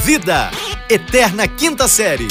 Vida, Eterna Quinta Série.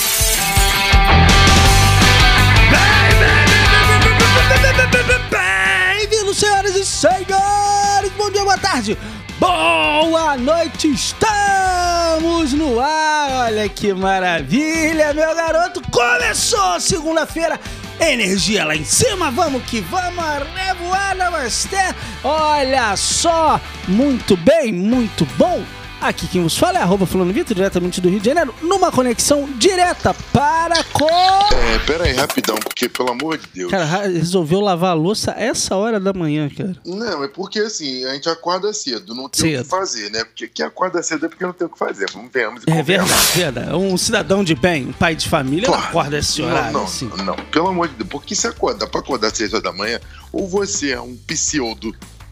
Bem-vindos, senhoras e senhores! Bom dia, boa tarde, boa noite! Estamos no ar! Olha que maravilha, meu garoto! Começou segunda-feira! Energia lá em cima, vamos que vamos, revoar, namastê! Olha só, muito bem, muito bom! Aqui quem vos fala é @FulanoVitor, diretamente do Rio de Janeiro, numa conexão direta para com... Pera aí, rapidão, porque pelo amor de Deus... Cara, resolveu lavar a louça essa hora da manhã, cara. Não, é porque assim, a gente acorda cedo, não tem o que fazer, né? Porque quem acorda cedo é porque não tem o que fazer, vamos ver. É verdade. Um cidadão de bem, um pai de família, claro, não acorda esse horário. Não, pelo amor de Deus, porque se acorda pra acordar às 6 horas da manhã, ou você é um pseudo...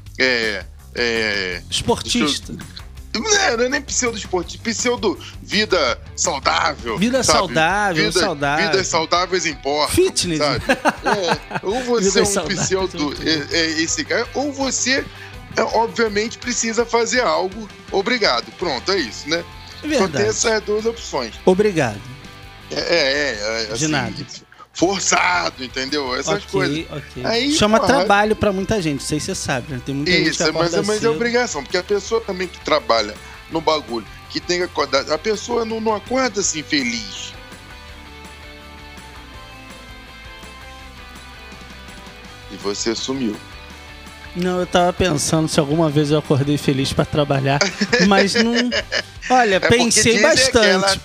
esportista. Não é nem pseudo-esporte, pseudo-vida saudável. Vidas saudáveis importam. Fitness. Sabe? Ou você é um pseudo esse cara, ou você, obviamente, precisa fazer algo. Obrigado. Pronto, é isso, né? É verdade. Só tem essas duas opções. Obrigado. Assim, de nada. Forçado, entendeu? Essas coisas. Ok. Aí, chama trabalho pra muita gente, não sei se você sabe, né? Tem muita gente que acorda mas é obrigação, porque a pessoa também que trabalha no bagulho, que tem que acordar, a pessoa não acorda assim feliz. E você sumiu. Não, eu tava pensando se alguma vez eu acordei feliz pra trabalhar, mas não... Olha, pensei bastante.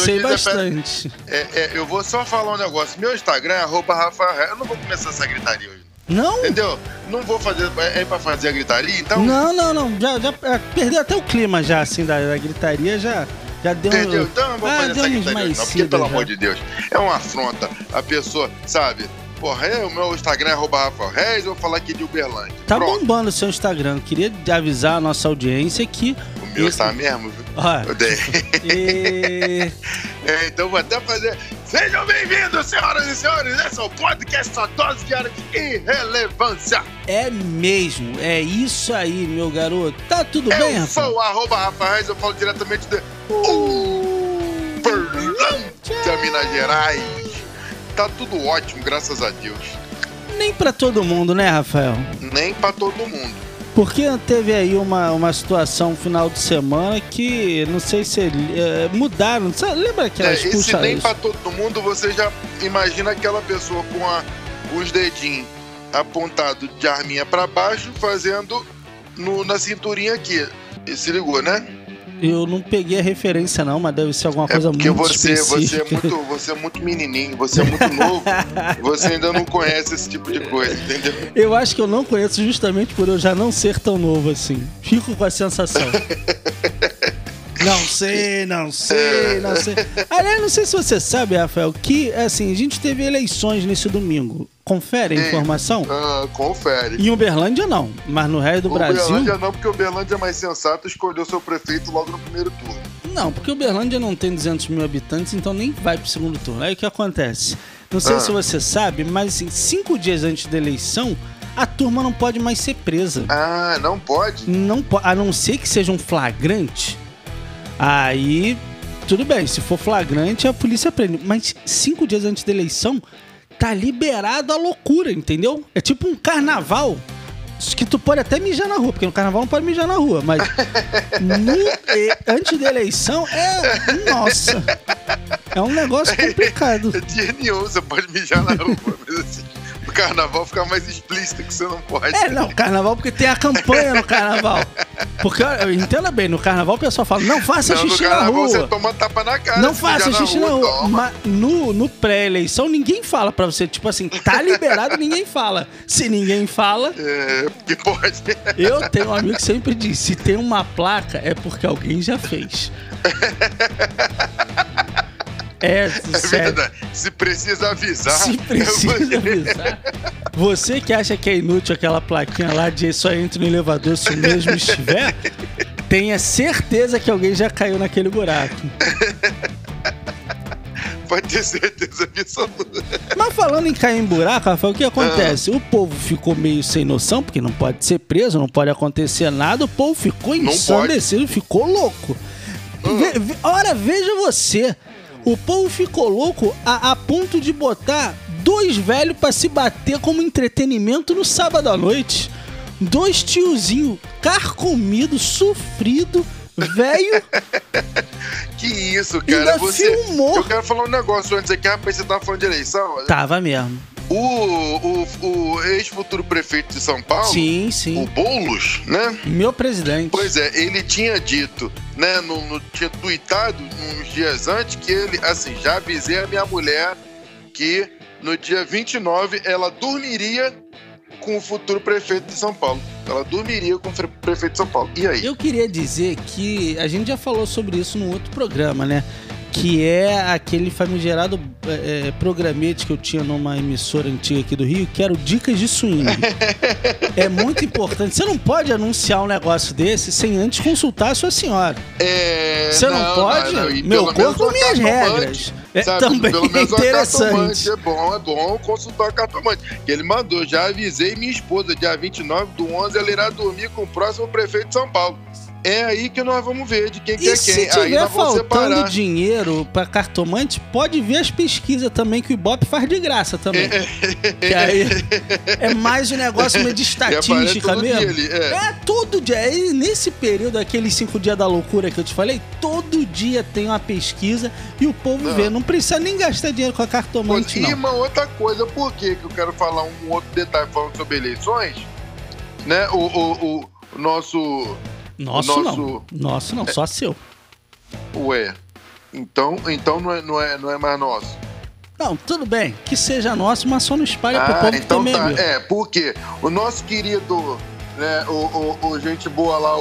Eu vou só falar um negócio. Meu Instagram é @Rafael. Eu não vou começar essa gritaria hoje. Não? Entendeu? Não vou fazer... É pra fazer a gritaria, então... Não. Já perdeu até o clima já, assim, da gritaria, já deu... Entendeu? Então eu não vou fazer essa gritaria não, porque, pelo amor de Deus, é uma afronta. A pessoa, sabe... Porra, o meu Instagram é @Rafael Reis, eu vou falar aqui de Uberlândia. Tá bombando o seu Instagram. Queria avisar a nossa audiência que... O meu tá mesmo, viu? Então vou até fazer... Sejam bem-vindos, senhoras e senhores. Esse é o podcast, sua dose diária de irrelevância. É mesmo, é isso aí, meu garoto. Tá tudo bem, Rafael? Eu sou @Rafael Reis, eu falo diretamente de Uberlândia, Minas Gerais. Tá tudo ótimo, graças a Deus. Nem pra todo mundo, né, Rafael? Nem pra todo mundo. Porque teve aí uma situação no final de semana que, não sei se mudaram. Sabe, lembra aquelas esse nem pra todo mundo, você já imagina aquela pessoa com os dedinhos apontados de arminha pra baixo, fazendo na cinturinha aqui. E se ligou, né? Eu não peguei a referência não, mas deve ser alguma coisa muito específica. Você é muito menininho, você é muito novo, você ainda não conhece esse tipo de coisa, entendeu? Eu acho que eu não conheço justamente por eu já não ser tão novo assim. Fico com a sensação. Não sei. Aliás, não sei se você sabe, Rafael, que assim, a gente teve eleições nesse domingo. Confere a informação? Confere. Em Uberlândia não, mas no resto do Brasil... Uberlândia não, porque Uberlândia é mais sensato, escolheu seu prefeito logo no primeiro turno. Não, porque Uberlândia não tem 200 mil habitantes, então nem vai pro segundo turno. Aí o que acontece? Não sei se você sabe, mas assim, 5 dias antes da eleição, a turma não pode mais ser presa. Ah, não pode? Não pode, a não ser que seja um flagrante. Aí, tudo bem, se for flagrante, a polícia prende. Mas 5 dias antes da eleição... Tá liberado a loucura, entendeu? É tipo um carnaval que tu pode até mijar na rua, porque no carnaval não pode mijar na rua, mas antes da eleição nossa, é um negócio complicado. É dia nenhum, você pode mijar na rua, mas assim, no carnaval fica mais explícito que você não pode. Não, carnaval porque tem a campanha no carnaval. Porque, entenda bem, no carnaval o pessoal fala, não faça xixi na rua. No carnaval você toma tapa na cara. Não faça xixi na rua. Mas no pré-eleição ninguém fala pra você, tipo assim, tá liberado, ninguém fala. Se ninguém fala... porque pode. Eu tenho um amigo que sempre diz, se tem uma placa é porque alguém já fez. Verdade. Se precisa avisar. Você que acha que é inútil aquela plaquinha lá de só entre no elevador se o mesmo estiver, tenha certeza que alguém já caiu naquele buraco. Pode ter certeza absoluta. Mas falando em cair em buraco, Rafael, o que acontece? O povo ficou meio sem noção, porque não pode ser preso, não pode acontecer nada. O povo ficou ensandecido, ficou louco. Ora, veja você. O povo ficou louco a ponto de botar 2 velhos pra se bater como entretenimento no sábado à noite. 2 tiozinhos carcomidos, sofrido, velho. Que isso, cara. Ainda filmou. Eu quero falar um negócio antes aqui, rapaz, você tava falando de eleição? Tava mesmo. O ex-futuro prefeito de São Paulo, sim. o Boulos, né? Meu presidente. Pois é, ele tinha dito, né, tinha tuitado uns dias antes que ele, assim, já avisei a minha mulher que no dia 29 ela dormiria com o futuro prefeito de São Paulo. Ela dormiria com o prefeito de São Paulo. E aí? Eu queria dizer que a gente já falou sobre isso num outro programa, né? Que é aquele famigerado programete que eu tinha numa emissora antiga aqui do Rio, que era o Dicas de Swing. É muito importante. Você não pode anunciar um negócio desse sem antes consultar a sua senhora. Você não pode? Meu corpo, minhas regras. Também pelo menos é interessante. É bom consultar a cartomante. Que ele mandou, já avisei minha esposa, dia 29/11, ela irá dormir com o próximo prefeito de São Paulo. É aí que nós vamos ver de quem que é quem. Se tiver faltando dinheiro pra cartomante, pode ver as pesquisas também que o Ibope faz de graça também. Que aí é mais um negócio meio de estatística mesmo. Todo dia. E nesse período, aqueles 5 dias da loucura que eu te falei, todo dia tem uma pesquisa e o povo vê. Não precisa nem gastar dinheiro com a cartomante, não. E uma outra coisa, por que eu quero falar um outro detalhe falando sobre eleições, né? O nosso... Nosso não, só seu. Ué, então não é mais nosso. Não, tudo bem, que seja nosso, mas só não espalha pro povo então também, tá. meu. Porque o nosso querido, né, o gente boa lá,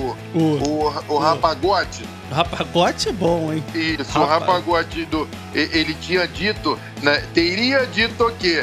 o Rapagote. O Rapagote é bom, hein? Isso, o Rapagote ele tinha dito, né, teria dito o quê?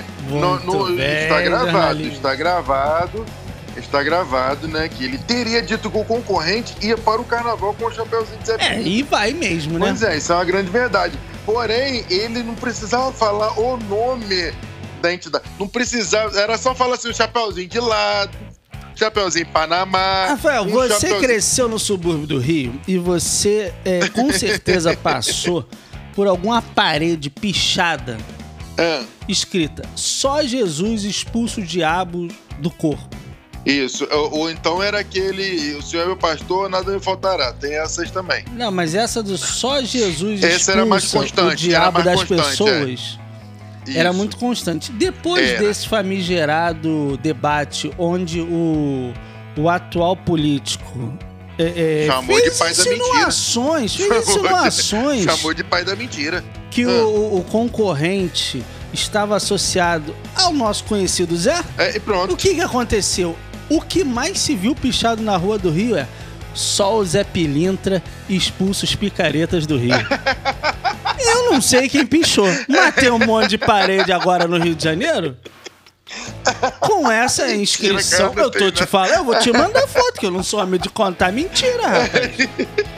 Está gravado, né? Que ele teria dito que o concorrente ia para o carnaval com o chapeuzinho de Zé Pilintra. E vai mesmo, né? Pois é, isso é uma grande verdade. Porém, ele não precisava falar o nome da entidade. Não precisava, era só falar assim, o chapeuzinho de lado, chapeuzinho Panamá. Rafael, você cresceu no subúrbio do Rio e você com certeza passou por alguma parede pichada escrita: só Jesus expulsa o diabo do corpo. Isso, ou então era aquele, o Senhor é meu pastor, nada me faltará. Tem essas também. Não, mas essa do só Jesus essa era mais constante, o diabo das constante, pessoas era muito constante. Depois desse famigerado debate onde o atual político chamou de pai da mentira. Fez insinuações. Chamou de pai da mentira. Que o concorrente estava associado ao nosso conhecido Zé. E pronto. O que aconteceu? O que mais se viu pichado na rua do Rio é: só o Zé Pilintra expulsa os picaretas do Rio. Eu não sei quem pichou, mas tem um monte de parede agora no Rio de Janeiro. Com essa inscrição, eu tô te falando, eu vou te mandar foto, que eu não sou homem de contar mentira, rapaz.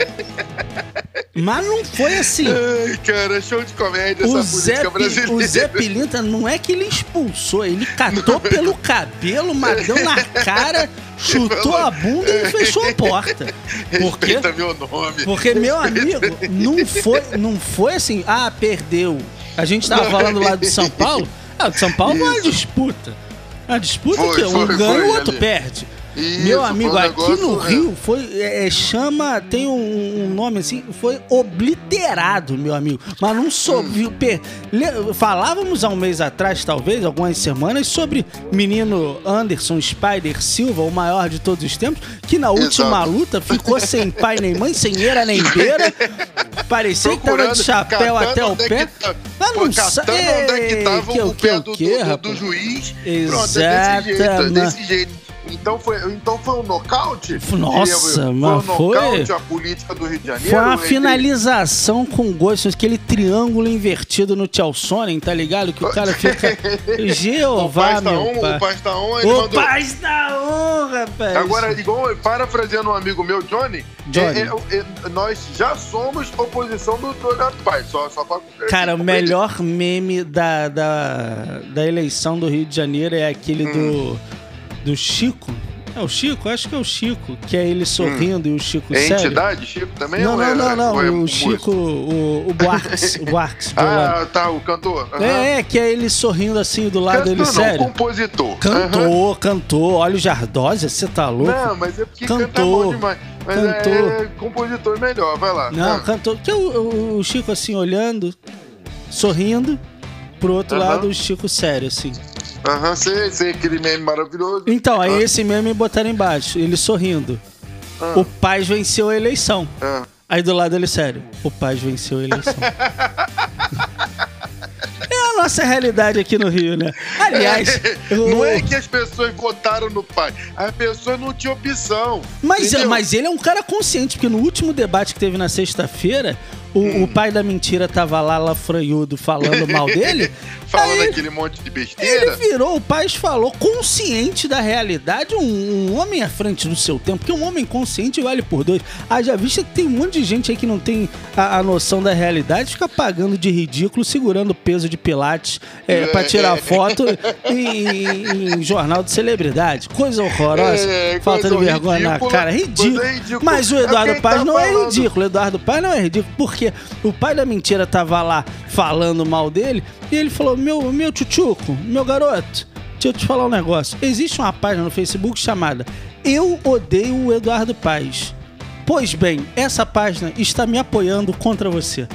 Mas não foi assim. Ai, cara, show de comédia essa política brasileira. O Zé Pilintra não é que ele expulsou, ele catou pelo cabelo, mas deu na cara, chutou a bunda e fechou a porta. Respeita meu nome. Porque, meu amigo, não foi assim, perdeu. A gente tava falando lá de São Paulo. De São Paulo foi uma disputa. A disputa que um ganha e o outro perde. Isso, meu amigo, aqui no Rio tem um nome assim, foi obliterado, meu amigo. Mas não soube. Falávamos há um mês atrás, talvez, algumas semanas, sobre menino Anderson Spider Silva, o maior de todos os tempos, que na última luta ficou sem pai nem mãe, sem eira nem beira. Parecia que tava de chapéu até o pé. Mas não sabe onde é que tava o pé do juiz. Exato. Pronto, desse jeito. Então foi um nocaute? Nossa, mas foi um nocaute a política do Rio de Janeiro? Foi uma finalização com gosto, aquele triângulo invertido no Tchalsonen, tá ligado? Que o cara fica... Jeová, o Paz tá on, ele mandou... O Paz tá on, rapaz! Agora, igual parafraseando um amigo meu, Johnny. Nós já somos oposição do Paz, só pra... Cara, o melhor meme da eleição do Rio de Janeiro é aquele do Chico, É o Chico? Acho que é o Chico, que é ele sorrindo e o Chico É sério. entidade, Chico também? Não, ou é- não. ou é O músico? Chico, o Buarques. do lado. Ah, tá, o cantor. Aham. É, que é ele sorrindo assim do lado Cantor dele não, sério. compositor. Aham. Cantou. Olha o Jardósia, você tá louco? Não, mas é porque Cantor. canta bom demais. Mas Cantor. é compositor melhor, vai lá. Não, Ah. cantou. Que é o Chico assim olhando, sorrindo, pro outro Aham. lado o Chico sério, assim. Aham, sei, aquele meme maravilhoso. Então, aí esse meme botaram embaixo, ele sorrindo. O Paz venceu a eleição. Ah. Aí do lado ele sério. O Paz venceu a eleição. É a nossa realidade aqui no Rio, né? Aliás, Não é que as pessoas votaram no pai, as pessoas não tinham opção. mas entendeu? ele é um cara consciente, porque no último debate que teve na sexta-feira, o pai da mentira tava lá, lafranhudo, falando mal dele. Falando aí aquele monte de ele besteira. virou, o Paz falou, consciente da realidade, um homem à frente do seu tempo, porque um homem consciente vale por dois. Haja vista que tem um monte de gente aí que não tem a noção da realidade, fica pagando de ridículo, segurando peso de pilates pra tirar foto em jornal de celebridade. Coisa horrorosa, falta de Coisa vergonha na ridícula, cara, ridículo. coisa ridícula. Mas o É Eduardo quem Paz tá não é falando. ridículo. O Eduardo Paz não é ridículo, porque o pai da mentira tava lá falando mal dele e ele falou: meu tchutchuco, meu garoto, deixa eu te falar um negócio. Existe uma página no Facebook chamada Eu Odeio o Eduardo Paz. Pois bem, essa página está me apoiando contra você.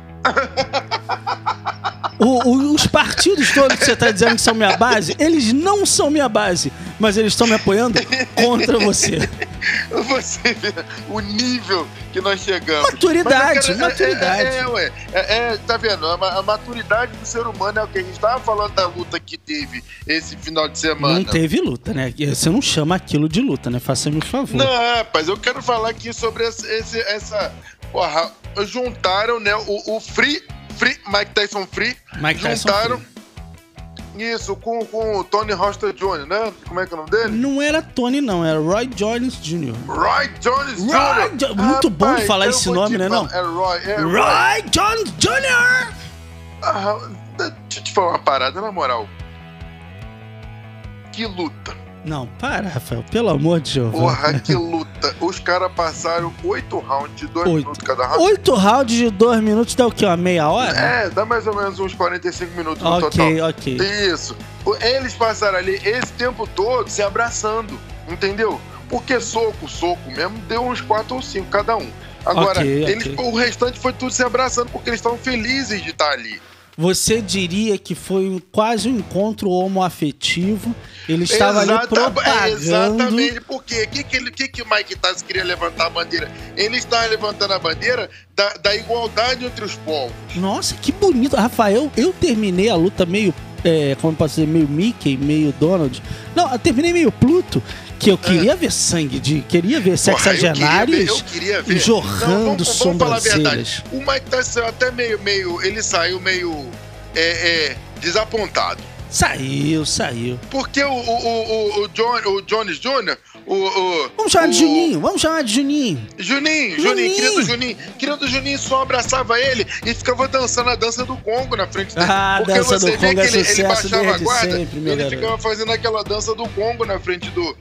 Os partidos todos que você está dizendo que são minha base, eles não são minha base, mas eles estão me apoiando contra você. Você vê o nível que nós chegamos. Maturidade, Mas eu quero- maturidade. Tá vendo? A maturidade do ser humano é o que a gente tava falando da luta que teve esse final de semana. Não teve luta, né? Você não chama aquilo de luta, né? Faça-me o favor. Não, rapaz, eu quero falar aqui sobre essa porra, juntaram, né, o Mike Tyson Free, Mike Tyson juntaram isso com o Tony Hoster Jr., né? Como é que é o nome dele? Não era Tony, não. Era Roy Jones Jr. Roy Jones Roy Jr. Muito bom Rapaz, falar eu esse vou nome, te né, não? falar, É Roy. Roy Jones Jr. Deixa eu te falar uma parada, na moral. Que luta. Não, para, Rafael. Pelo amor de Deus. Porra, que luta. Os caras passaram 8 rounds de 2 minutos cada round. 8 rounds de 2 minutos dá o quê? Uma meia hora? É, dá mais ou menos uns 45 minutos no total. Ok. Isso. Eles passaram ali esse tempo todo se abraçando, entendeu? Porque soco mesmo, deu uns 4 ou 5 cada um. Agora, o restante foi tudo se abraçando porque eles estavam felizes de estar ali. Você diria que foi quase um encontro homoafetivo. Ele estava ali propagando... Exatamente, porque o que o Mike Tyson queria levantar a bandeira? Ele estava levantando a bandeira da igualdade entre os povos. Nossa, que bonito. Rafael, eu terminei a luta meio... como eu posso dizer? Meio Mickey, meio Donald. Não, eu terminei meio Pluto. Que eu queria ver sangue, queria ver sexagenários eu queria ver. jorrando sobrancelhas. O Mike Tyson até ele saiu meio desapontado. Saiu. Porque o Jones Jr., Vamos chamar de Juninho. Querido Juninho só abraçava ele e ficava dançando a dança do Congo na frente dele. Ah, porque dança você do vê Congo que é ele sucesso baixava a desde guarda, sempre, meu ele garoto. ficava fazendo aquela dança do Congo na frente do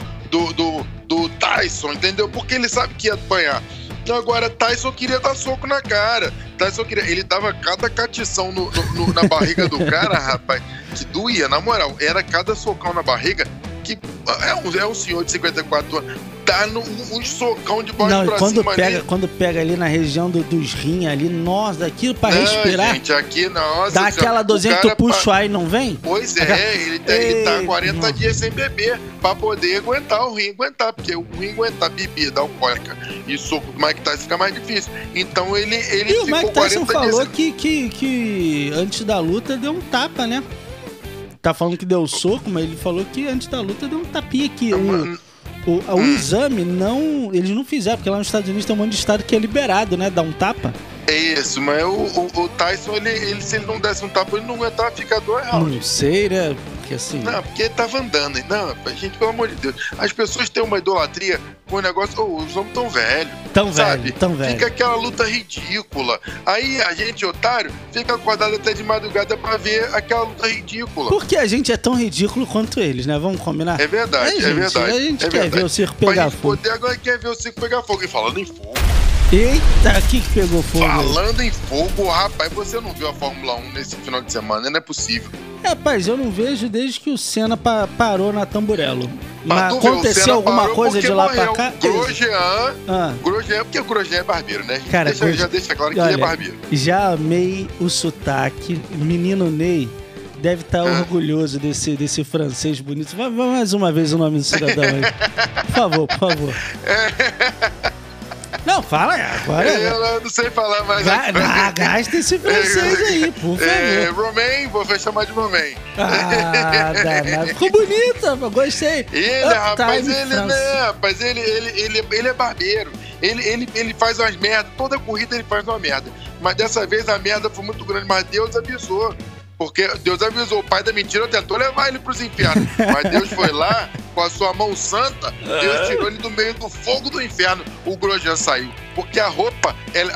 Tyson, entendeu? Porque ele sabe que ia apanhar. Agora, Tyson queria dar soco na cara. Ele dava cada catição na barriga do cara, rapaz, que doía, na moral. Era cada socão na barriga que é um senhor de 54 anos. Dá um socão de baixo pra cima ali. Quando pega ali na região dos rins ali, nossa, daquilo pra respirar. Gente, aqui, nossa. Dá aquela dorzinha que tu puxa o ar e não vem? Pois é, ele tá 40 dias sem beber pra poder aguentar o rim, porque o rim aguentar bebida alcoólica e soco do Mike Tyson fica mais difícil. Então ele ficou 40 dias. E o Mike Tyson falou que antes da luta deu um tapa, né? Tá falando que deu soco, mas ele falou que antes da luta deu um tapinha aqui. O exame eles não fizeram, porque lá nos Estados Unidos tem um monte de estado que é liberado, né? Dar um tapa. É isso, mas o Tyson, se ele não desse um tapa, ele não aguentava ficar 2 rounds. Não sei, né? moleque, assim. Não, porque ele tava andando. Não, gente, pelo amor de Deus. As pessoas têm uma idolatria com o negócio. Os homens tão velhos. Tão sabe? velho, tão velho. Fica aquela luta ridícula. Aí a gente, otário, fica acordado até de madrugada pra ver aquela luta ridícula. Porque a gente é tão ridículo quanto eles, né? Vamos combinar? É verdade, é verdade. A gente quer ver o circo pegar fogo. Agora quer ver o circo pegar fogo. E falando em fogo. Eita, o que pegou fogo? Falando em fogo, rapaz, você não viu a Fórmula 1 nesse final de semana? Não é possível. Rapaz, eu não vejo desde que o Senna parou na Tamburello. Mas tu aconteceu vê, o alguma coisa de lá pra cá? Grosjean, porque o Grosjean é barbeiro, né? Cara, já deixa claro que ele é barbeiro. Já amei o sotaque. Menino Ney deve estar orgulhoso desse francês bonito. Vai mais uma vez o nome do cidadão aí. Por favor, por favor. Não, fala agora. Eu não sei falar mais. Gasta esse francês aí, por favor. Romain, vou chamar de Romain. Danado. Ficou bonita, gostei. Rapaz, ele é barbeiro. Ele faz umas merdas. Toda corrida ele faz uma merda. Mas dessa vez a merda foi muito grande. Mas Deus avisou. Porque Deus avisou, o pai da mentira tentou levar ele pros infernos. Mas Deus foi lá, com a sua mão santa, Deus tirou ele do meio do fogo do inferno. O Grosjean saiu. Porque a roupa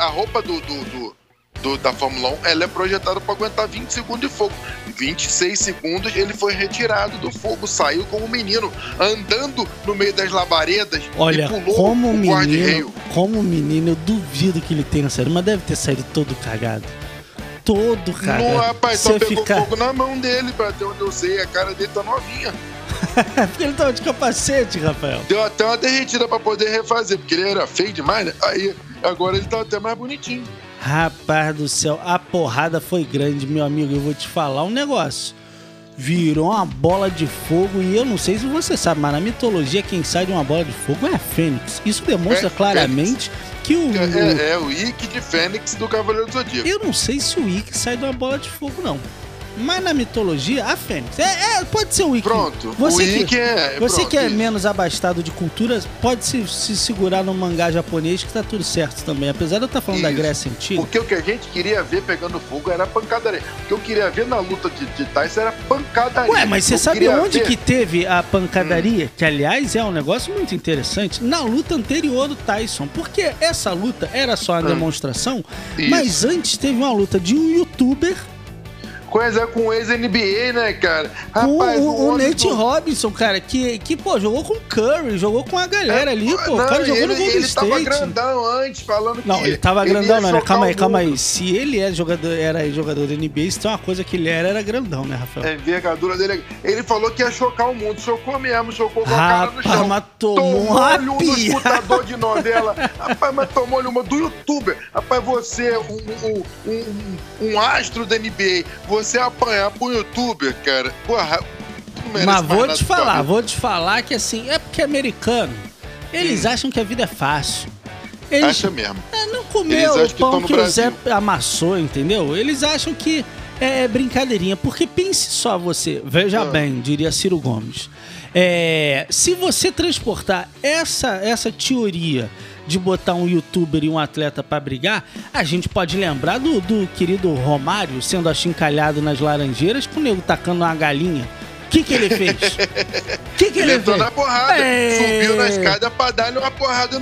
da Fórmula 1, ela é projetada para aguentar 20 segundos de fogo. 26 segundos, ele foi retirado do fogo, saiu como um menino, andando no meio das labaredas. Olha, e pulou o guarda-reio. Como menino, eu duvido que ele tenha saído, mas deve ter saído todo cagado. Todo, cara. Não, rapaz, só pegou fogo na mão dele, pra ter onde eu sei, a cara dele tá novinha. Porque ele tava de capacete, Rafael. Deu até uma derretida pra poder refazer, porque ele era feio demais, né? Aí, agora ele tá até mais bonitinho. Rapaz do céu, a porrada foi grande, meu amigo. Eu vou te falar um negócio. Virou uma bola de fogo e eu não sei se você sabe, mas na mitologia quem sai de uma bola de fogo é a Fênix. Isso demonstra claramente que o Ikki de Fênix do Cavaleiro do Zodíaco. Eu não sei se o Ikki sai de uma bola de fogo, não. Mas na mitologia, a Fênix. Pode ser o Ikki. Pronto, Você que é menos abastado de cultura, pode se segurar no mangá japonês que tá tudo certo também. Apesar de eu estar falando da Grécia Antiga. Porque o que a gente queria ver pegando fogo era pancadaria. O que eu queria ver na luta de Tyson era pancadaria. Ué, mas você sabe onde que teve a pancadaria? Que, aliás, é um negócio muito interessante. Na luta anterior do Tyson. Porque essa luta era só uma demonstração, mas antes teve uma luta de um youtuber coisa com o ex-NBA, né, cara? Rapaz, o Nate Robinson, cara, que pô, jogou com o Curry, jogou com a galera ali, pô. O cara jogou no Golden State. Ele tava grandão antes, falando que... Não, ele tava grandão, não, né? Calma aí. Se ele era jogador da NBA, isso tem uma coisa que ele era grandão, né, Rafael? A envergadura dele... Ele falou que ia chocar o mundo, chocou mesmo, chocou com a cara no chão. Mas tomou-lhe um do escutador de novela. Rapaz, mas tomou-lhe uma do youtuber. Rapaz, você, um astro da NBA, você apanhar pro youtuber, cara, porra, mas vou te falar que assim, é porque americano, eles acham que a vida é fácil. Acha mesmo. Não comeu o pão que o Zé amassou, entendeu? Eles acham que é brincadeirinha, porque pense só você, veja bem, diria Ciro Gomes, se você transportar essa teoria de botar um youtuber e um atleta pra brigar, a gente pode lembrar do querido Romário sendo achincalhado nas Laranjeiras com o nego tacando uma galinha. O que ele fez? Ele entrou na porrada, subiu na escada pra dar uma porrada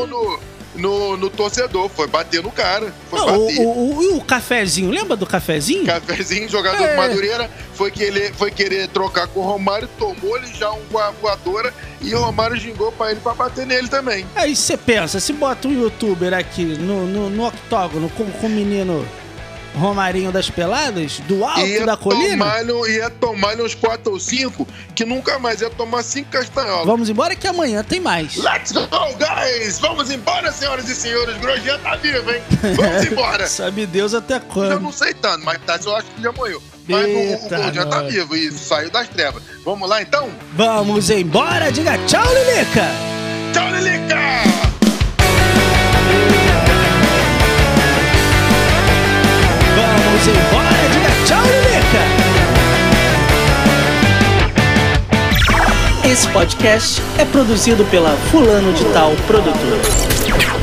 no torcedor, foi bater no cara. O Cafezinho, lembra do Cafezinho? Cafezinho, jogador do Madureira, foi querer trocar com o Romário, tomou-lhe já uma voadora e o Romário gingou pra ele pra bater nele também. Aí você pensa, se bota um youtuber aqui no octógono com o menino Romarinho das Peladas, do alto da colina, ia tomar-lhe uns 4 ou 5, que nunca mais ia tomar 5 castanholas. Vamos embora que amanhã tem mais. Let's go, guys! Vamos embora, senhoras e senhores. Grosjean tá vivo, hein? Vamos embora. Sabe Deus até quando. Eu não sei tanto, mas eu acho que já morreu. Mas o Grosjean tá vivo e saiu das trevas. Vamos lá, então? Vamos embora. Diga tchau, Lilica. Tchau, Lilica. Vamos embora, diga tchau, Lilica! Esse podcast é produzido pela Fulano de Tal Produtora.